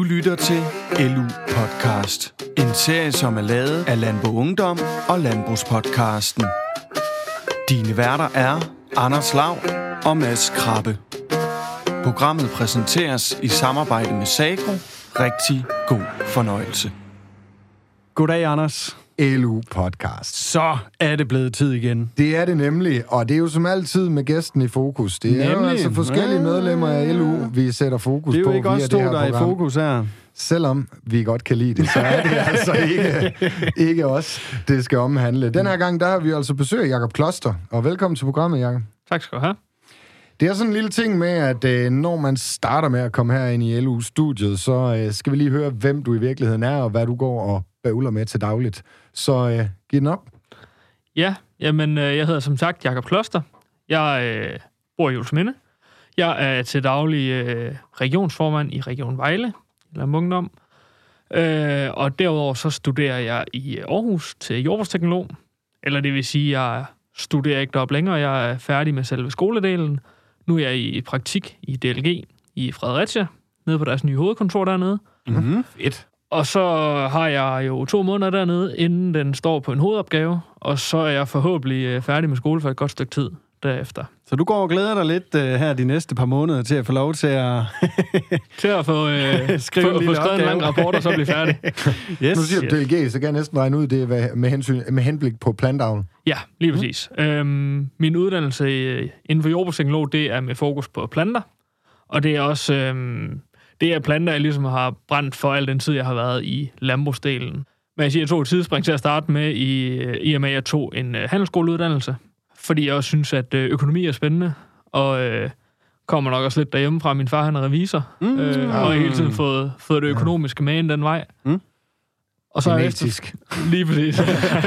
lytter til LU Podcast. En serie, som er lavet af Landbrug Ungdom og Landbrugspodcasten. Dine værter er Anders Lav og Mads Krabbe. Programmet præsenteres i samarbejde med Sagro. Rigtig god fornøjelse. Goddag, Anders. LU Podcast. Så er det blevet tid igen. Det er det nemlig, og det er jo som altid med gæsten i fokus. Det er jo altså forskellige medlemmer af LU, vi sætter fokus på. Det er jo ikke også to, der er i fokus her. Selvom vi godt kan lide det, så er det altså ikke os, det skal omhandle. Den her gang, der har vi altså besøg af Jakob Kloster, og velkommen til programmet, Jakob. Tak skal du have. Det er sådan en lille ting med, at når man starter med at komme herind i LU-studiet, så skal vi lige høre, hvem du i virkeligheden er, og hvad du går og bøvler med til dagligt. Så giv den op. Ja, jamen jeg hedder som sagt Jakob Kloster. Jeg bor i Juelsminde. Jeg er til daglig regionsformand i Region Vejle, eller Ungdom. Og derudover så studerer jeg i Aarhus til jordbrugsteknolog. Eller det vil sige, jeg studerer ikke deroppe længere. Jeg er færdig med selve skoledelen. Nu er jeg i praktik i DLG i Fredericia, nede på deres nye hovedkontor dernede. Mm-hmm. Fedt. Og så har jeg jo 2 måneder dernede, inden den står på en hovedopgave, og så er jeg forhåbentlig færdig med skole for et godt stykke tid derefter. Så du går og glæder dig lidt her de næste par måneder til at få lov til at... til at få skrevet en lang rapport og så blive færdig. Yes. Nu siger du DLG, så kan jeg næsten regne ud det med henblik på plantavl. Ja, lige præcis. Min uddannelse inden for jordbrugsteknolog, det er med fokus på planter, og det er også... Det er planter, jeg ligesom har brændt for al den tid, jeg har været i landbrugsdelen. Men jeg siger, jeg tog et tidsspring til at starte med, i og med, at jeg tog en handelsskoleuddannelse. Fordi jeg også synes, at økonomi er spændende, og kommer nok også lidt derhjemme fra. Min far, han er revisor, og hele tiden fået det økonomiske med ind den vej. Og så genetisk. Lige præcis.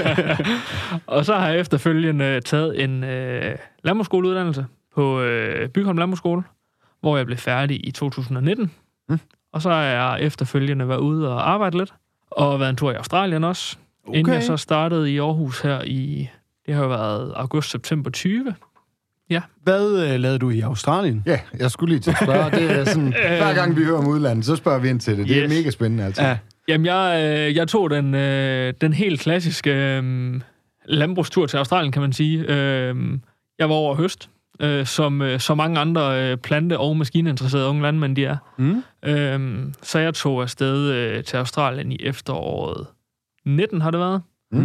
Og så har jeg efterfølgende taget en landbrugsskoleuddannelse på Bygholm Landbrugsskole, hvor jeg blev færdig i 2019. Og så har jeg efterfølgende været ude og arbejde lidt, og været en tur i Australien også. Okay. Inden jeg så startede i Aarhus her det har jo været august-september 20. Ja. Hvad lavede du i Australien? Ja, jeg skulle lige til at spørge. Det er sådan, hver gang vi hører om udlandet, så spørger vi ind til det. Det er mega spændende, altså. Ja. Jamen, jeg tog den helt klassiske landbrugstur til Australien, kan man sige. Jeg var over høst. Som så mange andre plante- og maskininteresserede unge landmænd, de er. Så jeg tog afsted til Australien i efteråret 19 har det været.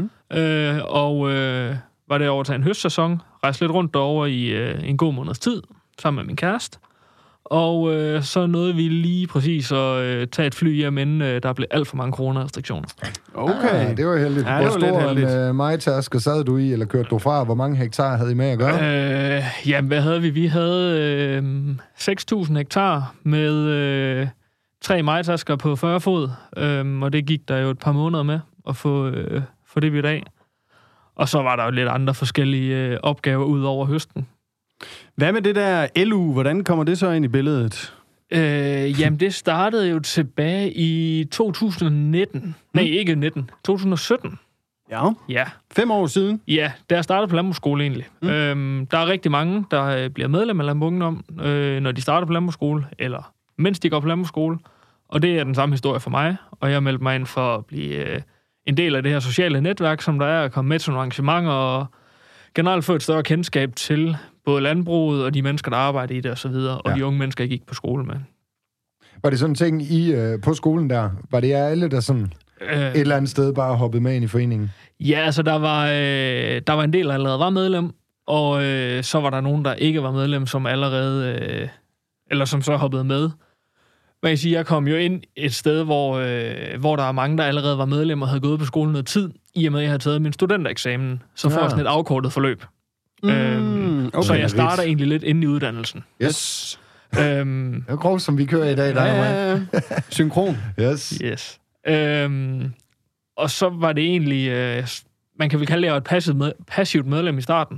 Og var derovre til en høstsæson. Rejste lidt rundt derovre i en god måneds tid, sammen med min kæreste. Og så nåede vi lige præcis at tage et fly hjem, inden der blev alt for mange coronarestriktioner. Okay, det var heldigt. Ja, hvor stor en majtaske sad du i, eller kørte du fra? Hvor mange hektar havde I med at gøre? Jamen, hvad havde vi? Vi havde 6.000 hektar med 3 majtasker på 40 fod. Og det gik der jo et par måneder med at få det vidt af. Og så var der jo lidt andre forskellige opgaver ud over høsten. Hvad med det der LU? Hvordan kommer det så ind i billedet? Jamen, det startede jo tilbage i 2019. Nej, ikke 19. 2017. Ja. 5 år siden? Ja, da jeg startede på landbrugsskole egentlig. Der er rigtig mange, der bliver medlem af Landbrug Ungdom, når de starter på landbrugsskole, eller mens de går på landbrugsskole. Og det er den samme historie for mig, og jeg meldte mig ind for at blive en del af det her sociale netværk, som der er, at komme med til nogle arrangementer, og generelt få et større kendskab til både landbruget og de mennesker, der arbejder i det og så videre, og de unge mennesker, jeg gik på skole med. Var det sådan en ting på skolen der? Var det alle, der sådan et eller andet sted bare hoppede med ind i foreningen? Ja, altså der var en del, der allerede var medlem, og så var der nogen, der ikke var medlem, som allerede, eller som så hoppede med. Man kan sige, jeg kom jo ind et sted, hvor der er mange, der allerede var medlem og havde gået på skolen noget tid, i og med, at jeg havde taget min studentereksamen, så får jeg sådan et afkortet forløb. Okay, så jeg starter egentlig lidt inde i uddannelsen. Yes. Det er grov, som vi kører i dag. Ja. Synkron. Yes. Og så var det egentlig, man kan vel kalde det et passivt medlem i starten.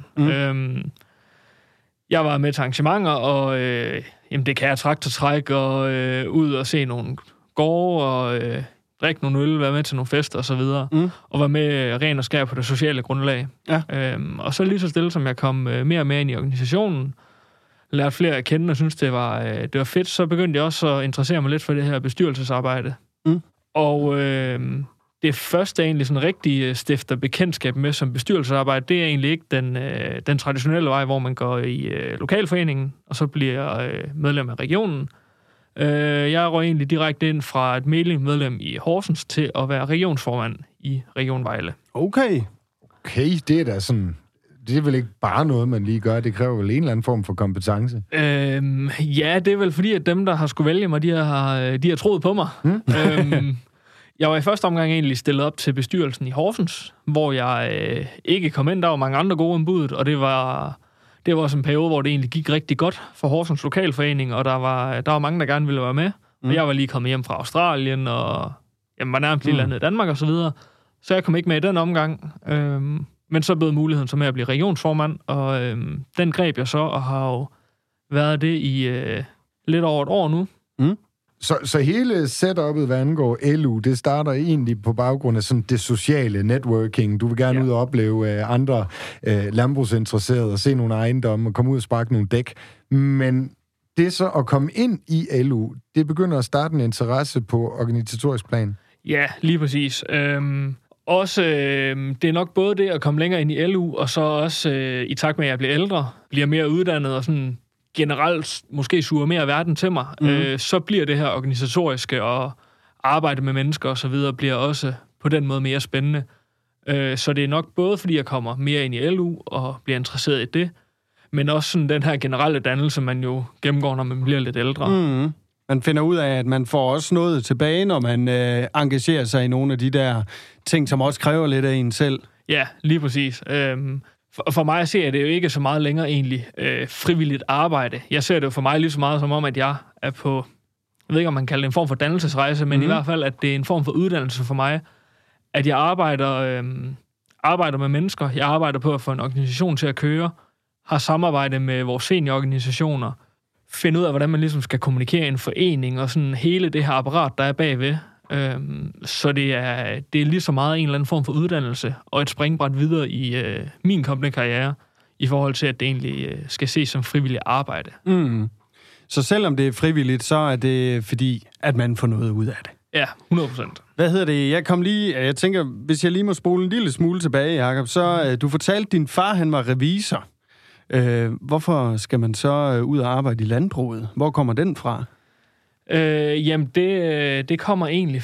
Jeg var med til arrangementer, og det kan jeg traktortræk og ud og se nogle gårde og drikke nogle øl, være med til nogle fester og så videre, og være med ren og skær på det sociale grundlag. Ja. Og så lige så stille, som jeg kom mere og mere ind i organisationen, lærte flere at kende og synes det var fedt, så begyndte jeg også at interessere mig lidt for det her bestyrelsesarbejde. Og det første, jeg egentlig sådan rigtig stifter bekendtskab med som bestyrelsesarbejde, det er egentlig ikke den traditionelle vej, hvor man går i lokalforeningen, og så bliver medlem af regionen. Jeg røg egentlig direkte ind fra et medlem i Horsens til at være regionsformand i Region Vejle. Okay, det er da sådan... Det er vel ikke bare noget, man lige gør. Det kræver vel en eller anden form for kompetence? Ja, det er vel fordi, at dem, der har skulle vælge mig, de har troet på mig. Jeg var i første omgang egentlig stillet op til bestyrelsen i Horsens, hvor jeg ikke kom ind. Der var mange andre gode ombud, og det var også en periode, hvor det egentlig gik rigtig godt for Horsens Lokalforening, og der var mange, der gerne ville være med. Og jeg var lige kommet hjem fra Australien, og var nærmest lige landet i Danmark og så videre. Så jeg kom ikke med i den omgang. Men så blev muligheden så med at blive regionsformand, og den greb jeg så, og har jo været det i lidt over et år nu. Så hele setupet, hvad angår LU, det starter egentlig på baggrund af sådan det sociale networking. Du vil gerne ud og opleve andre landbrugsinteresserede og se nogle ejendomme og komme ud og sparke nogle dæk. Men det så at komme ind i LU, det begynder at starte en interesse på organisatorisk plan. Ja, lige præcis. Også, det er nok både det at komme længere ind i LU, og så også i takt med, at jeg bliver ældre, bliver mere uddannet og sådan generelt måske suger mere verden til mig, så bliver det her organisatoriske og arbejde med mennesker og så videre, bliver også på den måde mere spændende. Så det er nok både, fordi jeg kommer mere ind i LU og bliver interesseret i det, men også sådan den her generelle dannelse, man jo gennemgår, når man bliver lidt ældre. Man finder ud af, at man får også noget tilbage, når man engagerer sig i nogle af de der ting, som også kræver lidt af en selv. Ja, lige præcis. For mig ser jeg det jo ikke så meget længere egentlig frivilligt arbejde. Jeg ser det jo for mig lige så meget som om, at jeg er på, jeg ved ikke, om man kalder det en form for dannelsesrejse, men i hvert fald, at det er en form for uddannelse for mig, at jeg arbejder med mennesker. Jeg arbejder på at få en organisation til at køre, har samarbejde med vores seniororganisationer, finde ud af, hvordan man ligesom skal kommunikere i en forening, og sådan hele det her apparat, der er bagved. Så det er lige så meget en eller anden form for uddannelse, og et springbræt videre i min kommende karriere, i forhold til, at det egentlig skal ses som frivilligt arbejde. Så selvom det er frivilligt, så er det fordi, at man får noget ud af det? Ja, 100%. Hvad hedder det? Jeg tænker, hvis jeg lige må spole en lille smule tilbage, Jacob, så du fortalte, at din far, han var revisor. Hvorfor skal man så ud og arbejde i landbruget? Hvor kommer den fra? Jamen, det kommer egentlig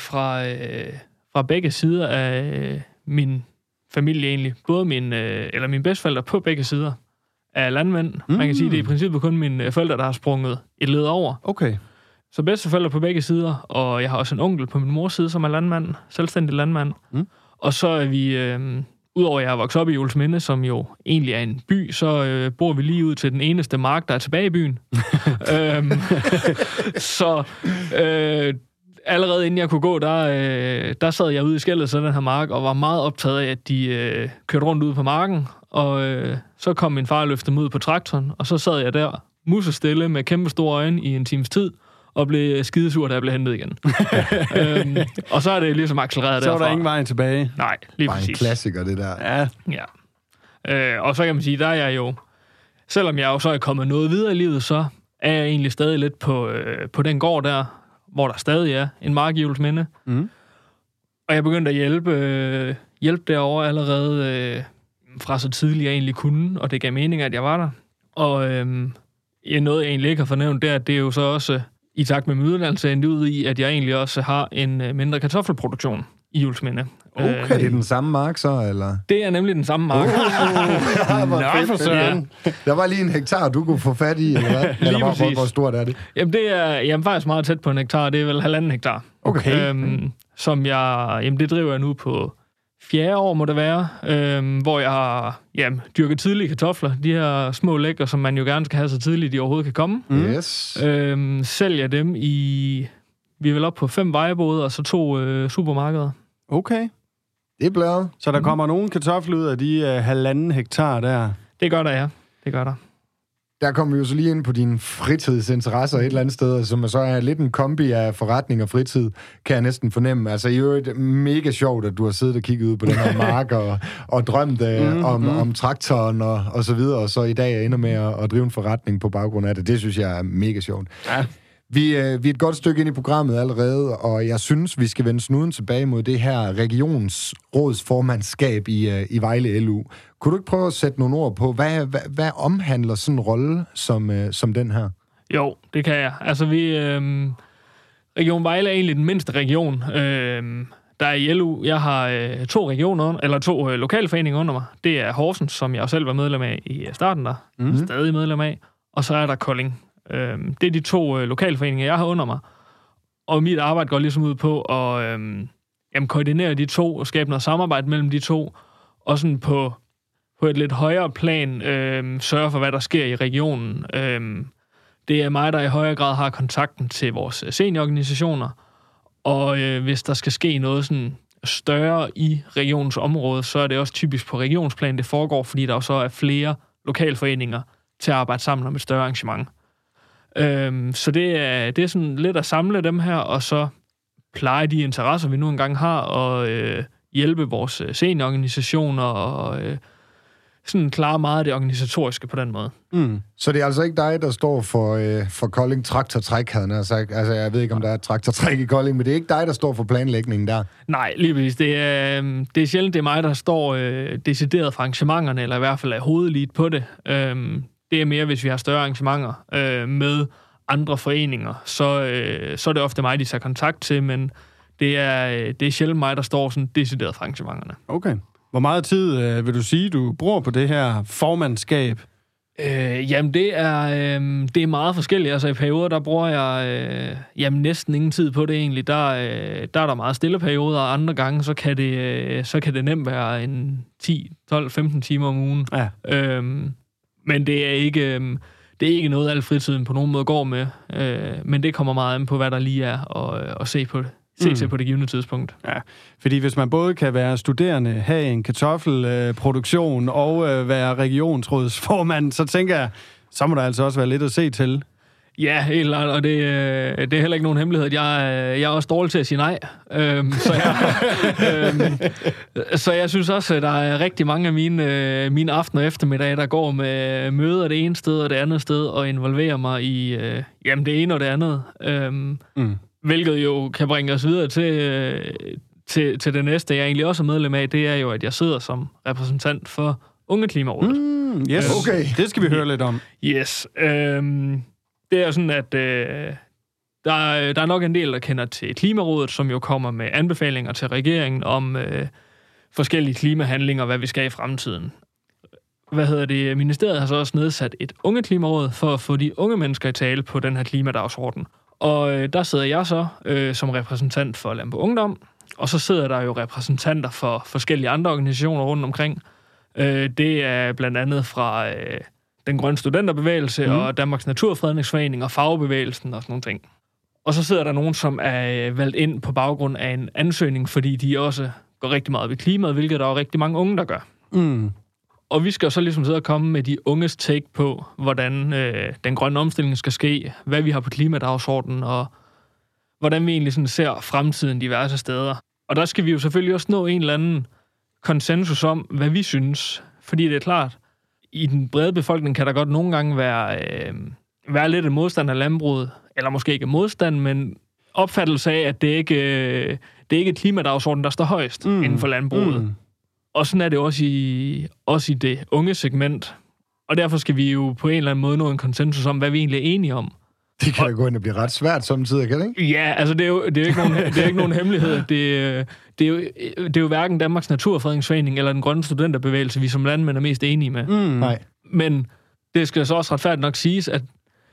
fra begge sider af min familie egentlig. Både mine bedsteforældre på begge sider af landmænd. Man kan sige, det er i princippet kun mine forældre, der har sprunget et led over. Okay. Så bedsteforældre på begge sider, og jeg har også en onkel på min mors side, som er landmand, selvstændig landmand. Og så er vi... Udover at jeg er vokset op i Juelsminde, som jo egentlig er en by, så bor vi lige ud til den eneste mark, der er tilbage i byen. Så allerede inden jeg kunne gå, der sad jeg ude i skellet så den her mark, og var meget optaget af, at de kørte rundt ude på marken. Og så kom min far og løftede mig ud på traktoren, og så sad jeg der musestille med kæmpe store øjne i en times tid, og blev skidesur, da jeg blev hentet igen. Og så er det ligesom accelereret derfra. Så var der ingen vej tilbage. Nej, lige bare præcis. En klassiker, det der. Ja. Og så kan man sige, der er jeg jo, selvom jeg jo så er kommet noget videre i livet, så er jeg egentlig stadig lidt på den gård der, hvor der stadig er en mark i Juelsminde. Og jeg begyndte at hjælpe derovre allerede fra så tidligt, jeg egentlig kunne, og det gav mening, at jeg var der. Og noget, jeg egentlig ikke har fornævnt, det er jo så også i takt med min uddannelse endte ud i, at jeg egentlig også har en mindre kartoffelproduktion i Juelsminde. Okay. Er det den samme mark så, eller? Det er nemlig den samme mark. Der var lige en hektar, du kunne få fat i, eller hvad? Eller hvor stort er det? Jamen, det er faktisk meget tæt på en hektar. Det er vel 1,5 hektar. Okay. Som det driver jeg nu på 4. år, må det være. Hvor jeg har dyrket tidlige kartofler. De her små lækker, som man jo gerne skal have så tidligt, de overhovedet kan komme. Yes. Sælger dem i... Vi er vel op på 5 vejeboder og så 2 supermarkeder. Okay. Det er bladet. Så der kommer nogle kartofler ud af de 1,5 hektar der? Det gør der, ja. Det gør der. Der kommer vi jo så lige ind på dine fritidsinteresser et eller andet sted, som så er lidt en kombi af forretning og fritid, kan jeg næsten fornemme. Altså i øvrigt mega sjovt, at du har siddet og kigget ud på den her mark og drømt om traktoren og så videre, og så i dag ender med at drive en forretning på baggrund af det. Det synes jeg er mega sjovt. Ja. Vi er et godt stykke ind i programmet allerede, og jeg synes, vi skal vende snuden tilbage mod det her regionsrådsformandskab i Vejle LU. Kunne du ikke prøve at sætte nogle ord på, hvad omhandler sådan en rolle som den her? Jo, det kan jeg. Altså Region Vejle er egentlig den mindste region, der er i LU. Jeg har to lokalforeninger under mig. Det er Horsens, som jeg selv var medlem af i starten der. Stadig medlem af. Og så er der Kolding. Det er de to lokalforeninger, jeg har under mig. Og mit arbejde går ligesom ud på at koordinere de to og skabe noget samarbejde mellem de to. Og sådan på et lidt højere plan sørge for, hvad der sker i regionen. Det er mig, der i højere grad har kontakten til vores seniororganisationer. Og hvis der skal ske noget sådan større i regionens område, så er det også typisk på regionsplan, det foregår, fordi der også er flere lokalforeninger til at arbejde sammen om et større arrangement. Så det er sådan lidt at samle dem her, og så pleje de interesser, vi nu engang har, og hjælpe vores seniororganisationer, og sådan klare meget af det organisatoriske på den måde. Så det er altså ikke dig, der står for Kolding Traktortræk, havde jeg sagt. Altså, jeg ved ikke, om der er et traktortræk i Kolding, men det er ikke dig, der står for planlægningen der. Nej, lige præcis. Det er sjældent, det er mig, der står decideret for arrangementerne, eller i hvert fald er hovedlead på det. Det er mere, hvis vi har større arrangementer med andre foreninger, så er det ofte mig, de tager kontakt til, men det er sjældent mig, der står sådan decideret for arrangementerne. Okay. Hvor meget tid vil du sige, du bruger på det her formandskab? Jamen, det er meget forskelligt. Altså, i perioder, der bruger jeg næsten ingen tid på det egentlig. Der er der meget stille perioder, og andre gange, så kan det nemt være en 10, 12, 15 timer om ugen. Ja. Men det er ikke noget, al fritiden på nogen måde går med. Men det kommer meget an på, hvad der lige er, og se på det. Se på det givne tidspunkt. Ja, fordi hvis man både kan være studerende, have en kartoffelproduktion og være regionsrådsformand, så tænker jeg, så må der altså også være lidt at se til. Ja, helt klart, og det er heller ikke nogen hemmelighed. Jeg er også dårlig til at sige nej. Så jeg synes også, at der er rigtig mange af mine aftener og eftermiddage, der går med møder det ene sted og det andet sted, og involverer mig i det ene og det andet. Hvilket jo kan bringe os videre til det næste, jeg egentlig også er medlem af, det er jo, at jeg sidder som repræsentant for Unge Klimarådet. Yes, okay. Det skal vi høre lidt om. Yes. Det er sådan, at der er nok en del, der kender til Klimarådet, som jo kommer med anbefalinger til regeringen om forskellige klimahandlinger, hvad vi skal i fremtiden. Ministeriet har så også nedsat et Unge Klimaråd for at få de unge mennesker i tale på den her klimadagsorden. Og der sidder jeg så som repræsentant for Landbrug Ungdom, og så sidder der jo repræsentanter for forskellige andre organisationer rundt omkring. Det er blandt andet fra den grønne studenterbevægelse og Danmarks Naturfredningsforening og fagbevægelsen og sådan nogle ting. Og så sidder der nogen, som er valgt ind på baggrund af en ansøgning, fordi de også går rigtig meget ved klimaet, hvilket der er rigtig mange unge, der gør. Og vi skal jo så ligesom sidde og komme med de unges take på, hvordan den grønne omstilling skal ske, hvad vi har på klimadagsordenen, og hvordan vi egentlig sådan ser fremtiden diverse steder. Og der skal vi jo selvfølgelig også nå en eller anden konsensus om, hvad vi synes. Fordi det er klart, i den brede befolkning kan der godt nogle gange være lidt en modstand af landbruget, eller måske ikke modstand, men opfattelse af, at det ikke er klimadagsordenen, der står højst inden for landbruget. Og sådan er det også i det unge segment. Og derfor skal vi jo på en eller anden måde nå en konsensus om, hvad vi egentlig er enige om. Det kan da gå ind og blive ret svært samtidig, kan det ikke? Ja, altså det er ikke nogen hemmelighed. Det er jo hverken Danmarks Naturfredningsforening eller den grønne studenterbevægelse, vi som landmænd er mest enige med. Nej. Men det skal så også retfærdigt nok siges, at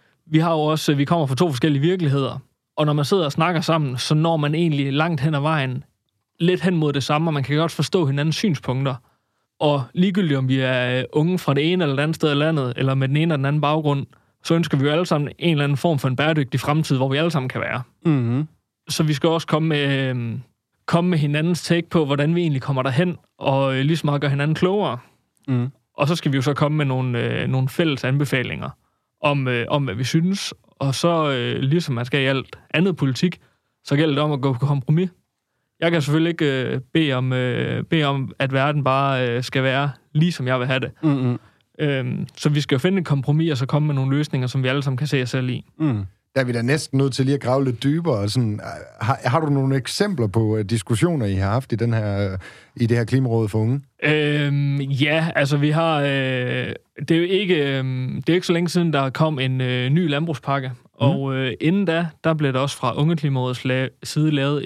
vi kommer fra to forskellige virkeligheder. Og når man sidder og snakker sammen, så når man egentlig langt hen ad vejen lidt hen mod det samme, og man kan godt forstå hinandens synspunkter. Og ligegyldigt om vi er unge fra det ene eller det andet sted i landet, eller med den ene eller den anden baggrund, så ønsker vi jo alle sammen en eller anden form for en bæredygtig fremtid, hvor vi alle sammen kan være. Så vi skal også komme med hinandens take på, hvordan vi egentlig kommer derhen, og lige så meget gøre hinanden klogere. Og så skal vi jo så komme med nogle fælles anbefalinger. om hvad vi synes. Og så, ligesom man skal i alt andet politik, så gælder det om at gå på kompromis. Jeg kan selvfølgelig ikke bede om, at verden bare skal være lige som jeg vil have det. Så vi skal jo finde et kompromis, og så komme med nogle løsninger, som vi alle sammen kan se os selv i. Der er vi da næsten nødt til lige at grave lidt dybere. Sådan, har du nogle eksempler på diskussioner, I har haft i det her klimaråd for unge? Ja, altså vi har... det er jo ikke så længe siden, der kom en ny landbrugspakke. Og inden der blev der også fra Ungeklimarådets side lavet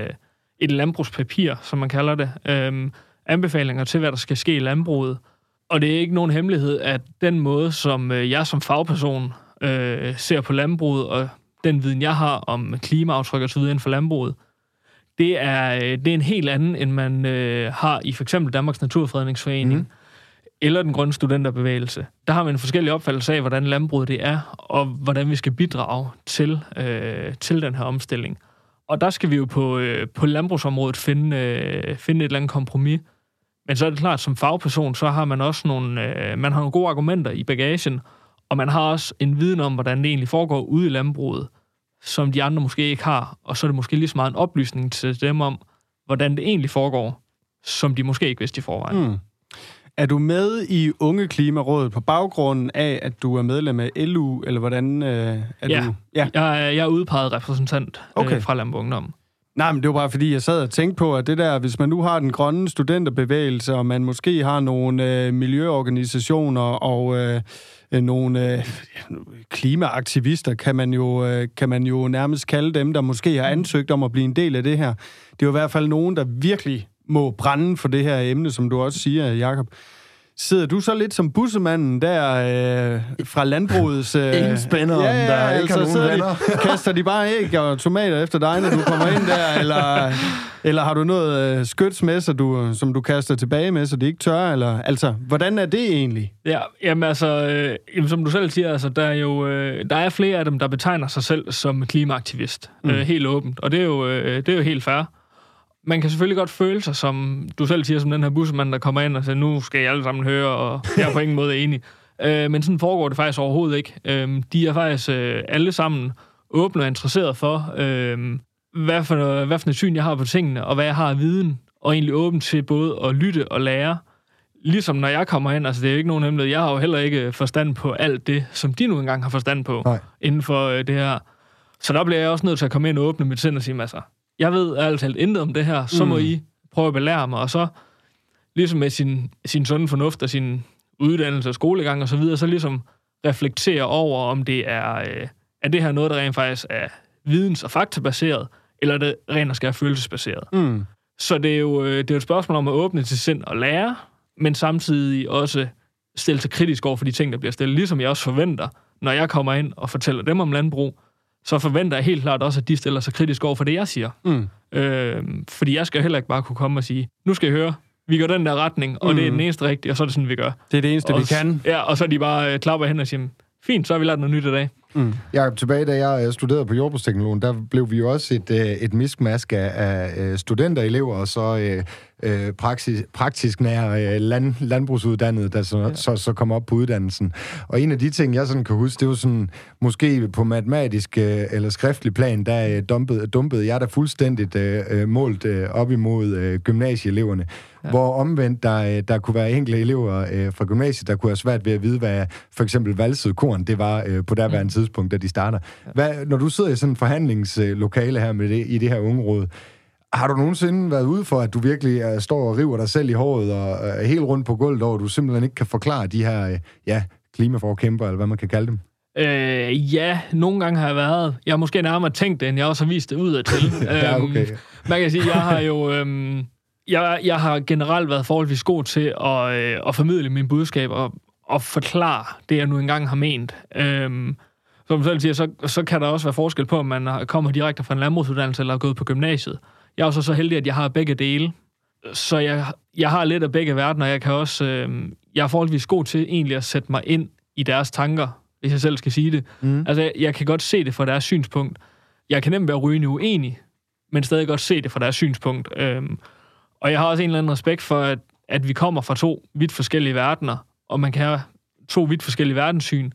et landbrugspapir, som man kalder det. Anbefalinger til, hvad der skal ske i landbruget. Og det er ikke nogen hemmelighed, at den måde, som jeg som fagperson ser på landbruget, og den viden, jeg har om klimaaftryk og så videre inden for landbruget, det er en helt anden, end man har i for eksempel Danmarks Naturfredningsforening eller den grønne studenterbevægelse. Der har man en forskellig opfattelse af, hvordan landbruget det er, og hvordan vi skal bidrage til den her omstilling. Og der skal vi jo på landbrugsområdet finde et eller andet kompromis. Men så er det klart, som fagperson, så har man også nogle gode argumenter i bagagen, og man har også en viden om, hvordan det egentlig foregår ude i landbruget, som de andre måske ikke har. Og så er det måske lige så meget en oplysning til dem om, hvordan det egentlig foregår, som de måske ikke vidste i forvejen. Er du med i Unge Klimarådet på baggrunden af, at du er medlem af LU, eller hvordan er du? Ja, jeg er udpeget repræsentant fra Landbrug Ungdom. Nej, men det var bare fordi, jeg sad og tænkte på, at det der, hvis man nu har den grønne studenterbevægelse, og man måske har nogle miljøorganisationer og nogle klimaaktivister, kan man jo nærmest kalde dem, der måske har ansøgt om at blive en del af det her. Det er jo i hvert fald nogen, der virkelig må brænde for det her emne, som du også siger, Jakob. Sidder du så lidt som bussemanden der fra landbrugets... Enspænderen, der ikke har nogen venner. Kaster de bare æg og tomater efter dig, når du kommer ind der, eller har du noget skyts med, som du kaster tilbage med, så det ikke tør, eller... Altså, hvordan er det egentlig? Ja, jamen altså, som du selv siger, altså, der er flere af dem, der betegner sig selv som klimaaktivist, helt åbent, og det er jo helt fair. Man kan selvfølgelig godt føle sig, som du selv siger, som den her bussemand, der kommer ind og siger, nu skal I alle sammen høre, og jeg er på ingen måde enig. Men sådan foregår det faktisk overhovedet ikke. De er faktisk alle sammen åbne og interesserede for, hvad for et syn jeg har på tingene, og hvad jeg har af viden, og egentlig åben til både at lytte og lære. Ligesom når jeg kommer ind, altså det er jo ikke nogen hemmelighed, jeg har jo heller ikke forstand på alt det, som de nu engang har forstand på inden for det her. Så der bliver jeg også nødt til at komme ind og åbne mit sind og sige, altså, jeg ved altid intet om det her, så må I prøve at belære mig, og så ligesom med sin sunde fornuft og sin uddannelse og skolegang og så videre, så ligesom reflektere over, om det er det her noget, der rent faktisk er videns- og faktabaseret, eller det rent og skær følelsesbaseret. Så det er jo et spørgsmål om at åbne til sind og lære, men samtidig også stille sig kritisk over for de ting, der bliver stillet, ligesom jeg også forventer, når jeg kommer ind og fortæller dem om landbrug, så forventer jeg helt klart også, at de stiller sig kritisk over for det, jeg siger. Fordi jeg skal heller ikke bare kunne komme og sige, nu skal I høre, vi går den der retning, og det er den eneste rigtige, og så er det sådan, vi gør. Det er det eneste, vi kan. Ja, og så de bare klapper hen og siger, fint, så har vi lært noget nyt i dag. Jakob, tilbage da jeg studerede på jordbrugsteknologien, der blev vi jo også et miskmask af studenterelever, og så praktisk nær landbrugsuddannede, der så kom op på uddannelsen. Og en af de ting, jeg sådan kan huske, det var sådan, måske på matematisk eller skriftlig plan, der dumpede jeg der fuldstændigt målt op imod gymnasieeleverne. Ja. Hvor omvendt, der kunne være enkelte elever fra gymnasiet, der kunne have svært ved at vide, hvad for eksempel valset korn, det var på derværende tidspunkt, da de starter. Når du sidder i sådan en forhandlingslokale her med det, i det her ungeråd, har du nogensinde været ude for, at du virkelig står og river dig selv i håret og er helt rundt på gulvet, og du simpelthen ikke kan forklare de her klimaforkæmper, eller hvad man kan kalde dem? Ja, nogle gange har jeg været. Jeg har måske nærmere tænkt det, end jeg også har vist det udadtil. Ja, okay. Man kan sige, jeg har jo... Jeg har generelt været forholdsvis god til at formidle mine budskaber og forklare det, jeg nu engang har ment. Som du selv siger, så kan der også være forskel på, om man kommer direkte fra en landbrugsuddannelse eller er gået på gymnasiet. Jeg er også så heldig, at jeg har begge dele. Så jeg har lidt af begge verdener, og jeg kan også... jeg er forholdsvis god til egentlig at sætte mig ind i deres tanker, hvis jeg selv skal sige det. Altså, jeg kan godt se det fra deres synspunkt. Jeg kan nemt være rygende uenig, men stadig godt se det fra deres synspunkt. Og jeg har også en eller anden respekt for, at vi kommer fra to vidt forskellige verdener, og man kan have to vidt forskellige verdenssyn, og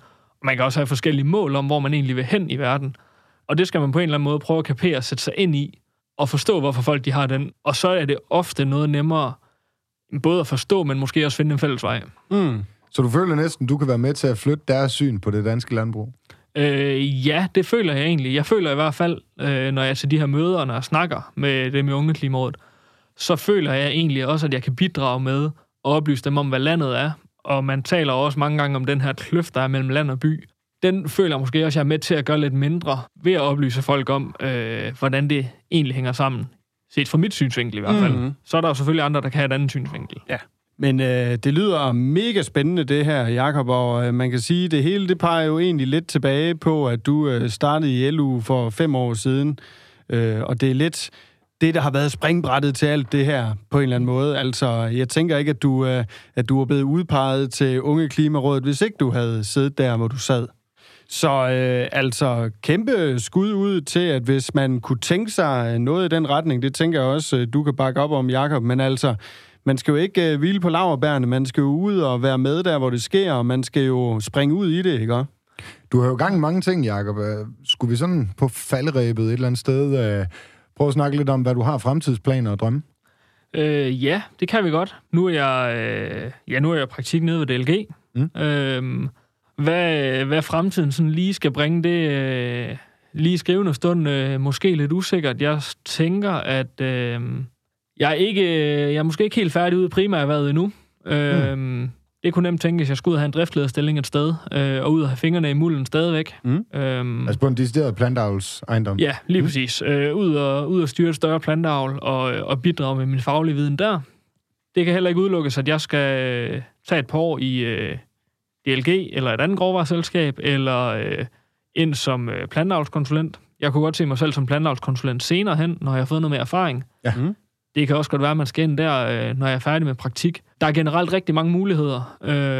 Man kan også have forskellige mål om, hvor man egentlig vil hen i verden. Og det skal man på en eller anden måde prøve at kapere, sætte sig ind i, og forstå, hvorfor folk de har den. Og så er det ofte noget nemmere, både at forstå, men måske også finde en fælles vej. Så du føler næsten, du kan være med til at flytte deres syn på det danske landbrug? Ja, det føler jeg egentlig. Jeg føler i hvert fald, når jeg er til de her møder, når jeg snakker med dem i Ungeklimarådet, så føler jeg egentlig også, at jeg kan bidrage med at oplyse dem om, hvad landet er. Og man taler også mange gange om den her kløft, der er mellem land og by. Den føler jeg måske også, at jeg er med til at gøre lidt mindre ved at oplyse folk om, hvordan det egentlig hænger sammen. Set fra mit synsvinkel i hvert fald. Så er der jo selvfølgelig andre, der kan have et andet synsvinkel. Ja. Men det lyder mega spændende, det her, Jakob, og man kan sige, at det hele det peger jo egentlig lidt tilbage på, at du startede i LU for 5 år siden, og det er lidt det, der har været springbrættet til alt det her, på en eller anden måde. Altså, jeg tænker ikke, at du er blevet udpeget til Ungeklimarådet, hvis ikke du havde siddet der, hvor du sad. Så altså, kæmpe skud ud til, at hvis man kunne tænke sig noget i den retning, det tænker jeg også, du kan bakke op om, Jakob, men altså, man skal jo ikke hvile på laurbærrene, man skal jo ud og være med der, hvor det sker, og man skal jo springe ud i det, ikke? Du har jo gang i mange ting, Jakob. Skulle vi sådan på faldrebet et eller andet sted prøve at snakke lidt om, hvad du har fremtidsplaner og drømme? Ja, det kan vi godt. Nu er jeg i praktik nede ved DLG. Hvad fremtiden sådan lige skal bringe, det lige i skrivende stund måske lidt usikkert. Jeg tænker, at jeg er måske ikke helt færdig ude i primærerhvervet endnu. Det kunne nemt tænke, hvis jeg skulle ud og have en driftlederstilling et sted, og ud og have fingrene i mulden stadigvæk. Altså på en decideret planteavlsejendom? Ja, lige præcis. Ud og styre et større planteavl og bidrage med min faglige viden der. Det kan heller ikke udelukkes, at jeg skal tage et par år i DLG eller et andet grovvareselskab, eller ind som planteavlskonsulent. Jeg kunne godt se mig selv som planteavlskonsulent senere hen, når jeg har fået noget mere erfaring. Ja. Det kan også godt være, at man skal ind der, når jeg er færdig med praktik. Der er generelt rigtig mange muligheder,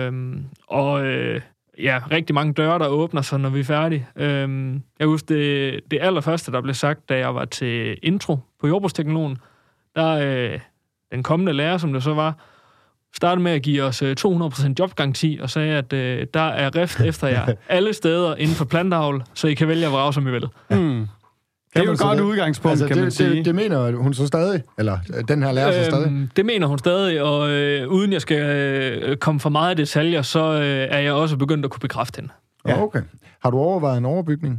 rigtig mange døre, der åbner sig, når vi er færdige. Jeg husker det allerførste, der blev sagt, da jeg var til intro på Jordbrugsteknologen. Der den kommende lærer, som det så var, startede med at give os 200% jobgaranti, og sagde, at der er rift efter jer alle steder inden for planteavl, så I kan vælge at vrage, som I vil. Det er jo et godt udgangspunkt, altså, kan man sige. Det mener hun så stadig? Eller den her lærer så stadig? Det mener hun stadig, og uden jeg skal komme for meget i detaljer, så er jeg også begyndt at kunne bekræfte hende. Ja. Okay. Har du overvejet en overbygning?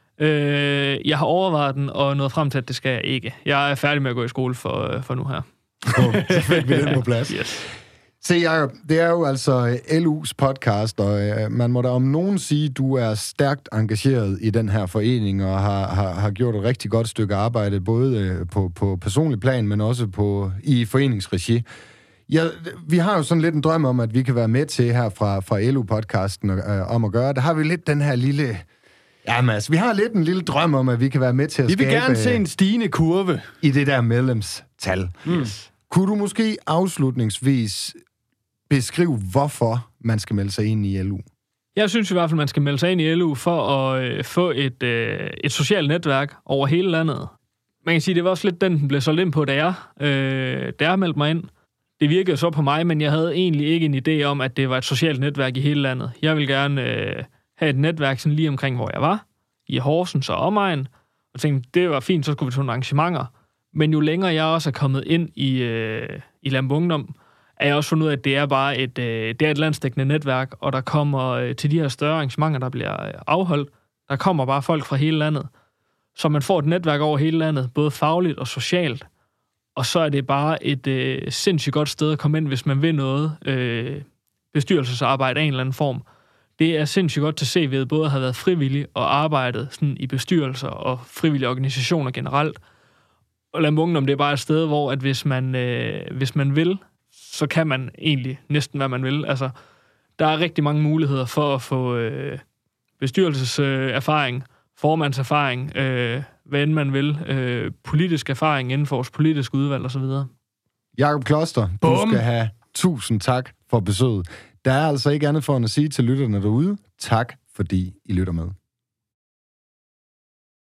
Jeg har overvejet den, og nået frem til, at det skal jeg ikke. Jeg er færdig med at gå i skole for nu her. Så fik vi den på plads. Yes. Se, Jacob, det er jo altså LU's podcast, og man må da om nogen sige, at du er stærkt engageret i den her forening, og har gjort et rigtig godt stykke arbejde, både på personlig plan, men også i foreningsregi. Vi har jo sådan lidt en drøm om, at vi kan være med til her fra LU-podcasten om at gøre. Der har vi lidt den her lille... Ja, Mads, vi har lidt en lille drøm om, at vi kan være med til at skabe... Vi vil gerne se en stigende kurve. I det der medlemstal. Yes. Kunne du måske afslutningsvis beskrive, hvorfor man skal melde sig ind i LU? Jeg synes i hvert fald, man skal melde sig ind i LU for at få et socialt netværk over hele landet. Man kan sige, det var også lidt den blev solgt ind på, da jeg meldte mig ind. Det virkede så på mig, men jeg havde egentlig ikke en idé om, at det var et socialt netværk i hele landet. Jeg ville gerne have et netværk sådan lige omkring, hvor jeg var, i Horsens og omegn, og tænkte, det var fint, så skulle vi til nogle arrangementer. Men jo længere jeg også er kommet ind i Landbrug Ungdom, er jeg også fundet ud af, at det er bare et landsdækkende netværk, og der kommer til de her større arrangementer, der bliver afholdt, der kommer bare folk fra hele landet. Så man får et netværk over hele landet, både fagligt og socialt. Og så er det bare et sindssygt godt sted at komme ind, hvis man vil noget bestyrelsesarbejde af en eller anden form. Det er sindssygt godt til CV'et, både at have været frivillig og arbejdet sådan i bestyrelser og frivillige organisationer generelt. Og Landbrug Ungdom, det er bare et sted, hvor at hvis man vil, så kan man egentlig næsten, hvad man vil. Altså, der er rigtig mange muligheder for at få bestyrelseserfaring, formandserfaring, hvad end man vil, politisk erfaring inden for vores politiske udvalg osv. Jakob Kloster, du skal have 1000 tak for besøget. Der er altså ikke andet for at sige til lytterne derude. Tak, fordi I lytter med.